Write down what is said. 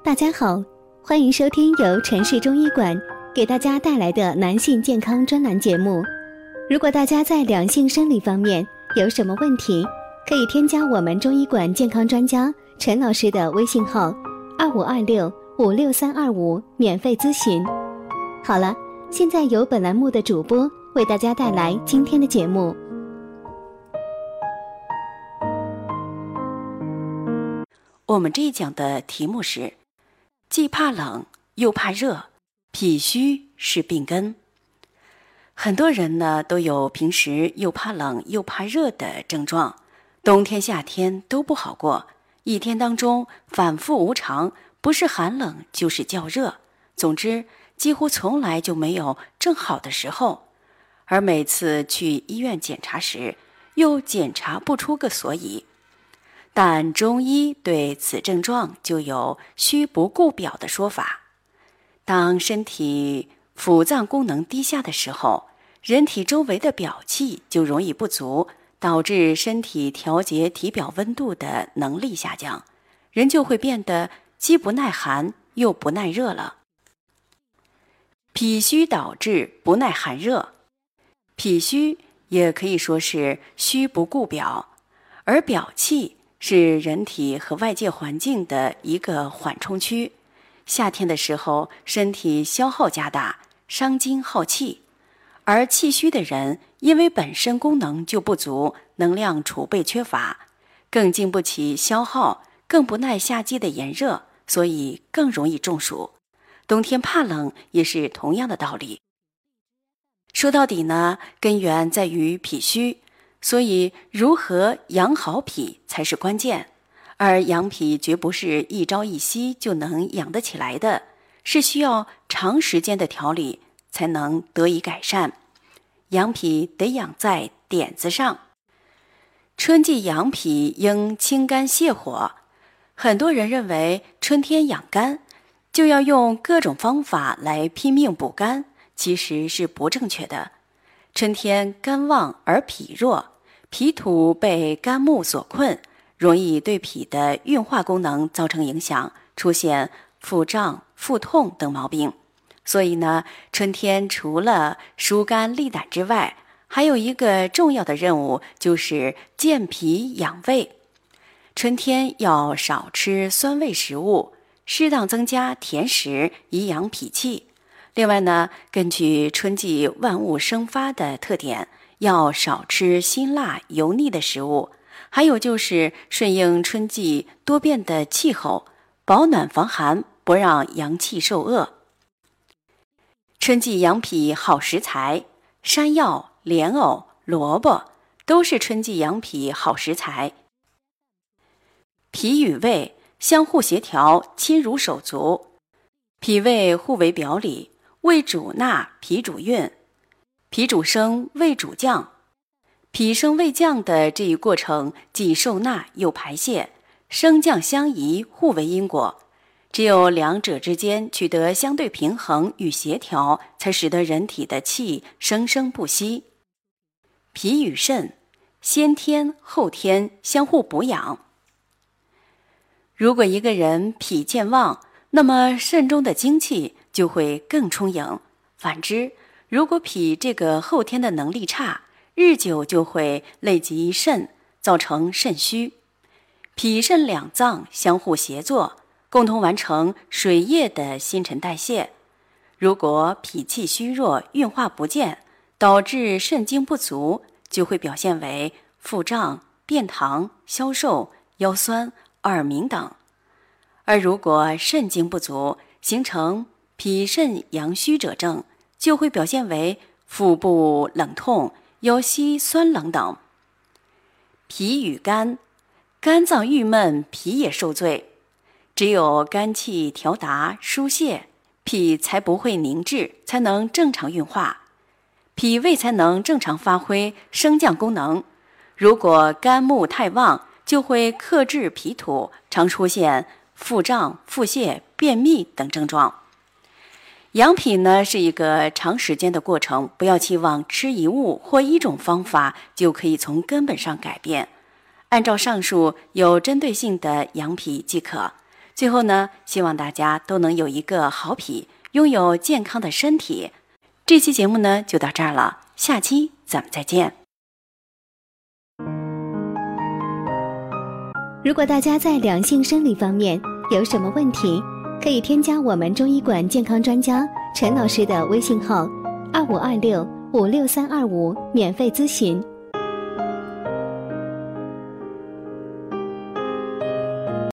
大家好，欢迎收听由城市中医馆给大家带来的男性健康专栏节目。如果大家在两性生理方面有什么问题，可以添加我们中医馆健康专家陈老师的微信号2526-56325免费咨询。好了，现在由本栏目的主播为大家带来今天的节目。 我们这一讲的题目是既怕冷又怕热，脾虚是病根。很多人呢都有平时又怕冷又怕热的症状，冬天夏天都不好过，一天当中反复无常，不是寒冷就是较热，总之几乎从来就没有正好的时候。而每次去医院检查时，又检查不出个所以。但中医对此症状就有虚不顾表的说法。当身体腑脏功能低下的时候，人体周围的表气就容易不足，导致身体调节体表温度的能力下降，人就会变得既不耐寒又不耐热了。脾虚导致不耐寒热，脾虚也可以说是虚不顾表，而表气是人体和外界环境的一个缓冲区。夏天的时候，身体消耗加大，伤精耗气，而气虚的人因为本身功能就不足，能量储备缺乏，更经不起消耗，更不耐夏季的炎热，所以更容易中暑。冬天怕冷也是同样的道理。说到底呢，根源在于脾虚，所以如何养好脾才是关键。而养脾绝不是一朝一夕就能养得起来的，是需要长时间的调理才能得以改善。养脾得养在点子上。春季养脾应清肝泻火。很多人认为春天养肝就要用各种方法来拼命补肝，其实是不正确的。春天肝旺而脾弱，脾土被肝木所困，容易对脾的运化功能造成影响，出现腹胀、腹痛等毛病。所以呢，春天除了疏肝利胆之外，还有一个重要的任务，就是健脾养胃。春天要少吃酸味食物，适当增加甜食，以养脾气。另外呢，根据春季万物生发的特点，要少吃辛辣油腻的食物，还有就是顺应春季多变的气候，保暖防寒，不让阳气受饿。春季养脾好食材，山药、莲藕、萝卜都是春季养脾好食材。脾与胃相互协调，亲如手足，脾胃互为表里，胃主纳，脾主运，脾主升，胃主降。脾升胃降的这一过程，既受纳又排泄，升降相宜，互为因果。只有两者之间取得相对平衡与协调，才使得人体的气生生不息。脾与肾先天后天相互补养。如果一个人脾健旺，那么肾中的精气就会更充盈。反之，如果脾这个后天的能力差，日久就会累及肾，造成肾虚。脾肾两脏相互协作，共同完成水液的新陈代谢。如果脾气虚弱，运化不健，导致肾精不足，就会表现为腹胀、便溏、消瘦、腰酸、耳鸣等。而如果肾精不足，形成脾肾阳虚者症，就会表现为腹部冷痛、腰膝酸冷等。脾与肝，肝脏郁闷，脾也受罪。只有肝气调达疏泄，脾才不会凝滞，才能正常运化，脾胃才能正常发挥升降功能。如果肝木太旺，就会克制脾土，常出现腹胀、腹泻、便秘等症状。养脾呢是一个长时间的过程，不要期望吃一物或一种方法就可以从根本上改变。按照上述有针对性的养脾即可， 最后呢，希望大家都能有一个好脾，拥有健康的身体。这期节目呢就到这儿了，下期咱们再见。 如果大家在两性生理方面有什么问题，可以添加我们中医馆健康专家陈老师的微信号2526563325免费咨询。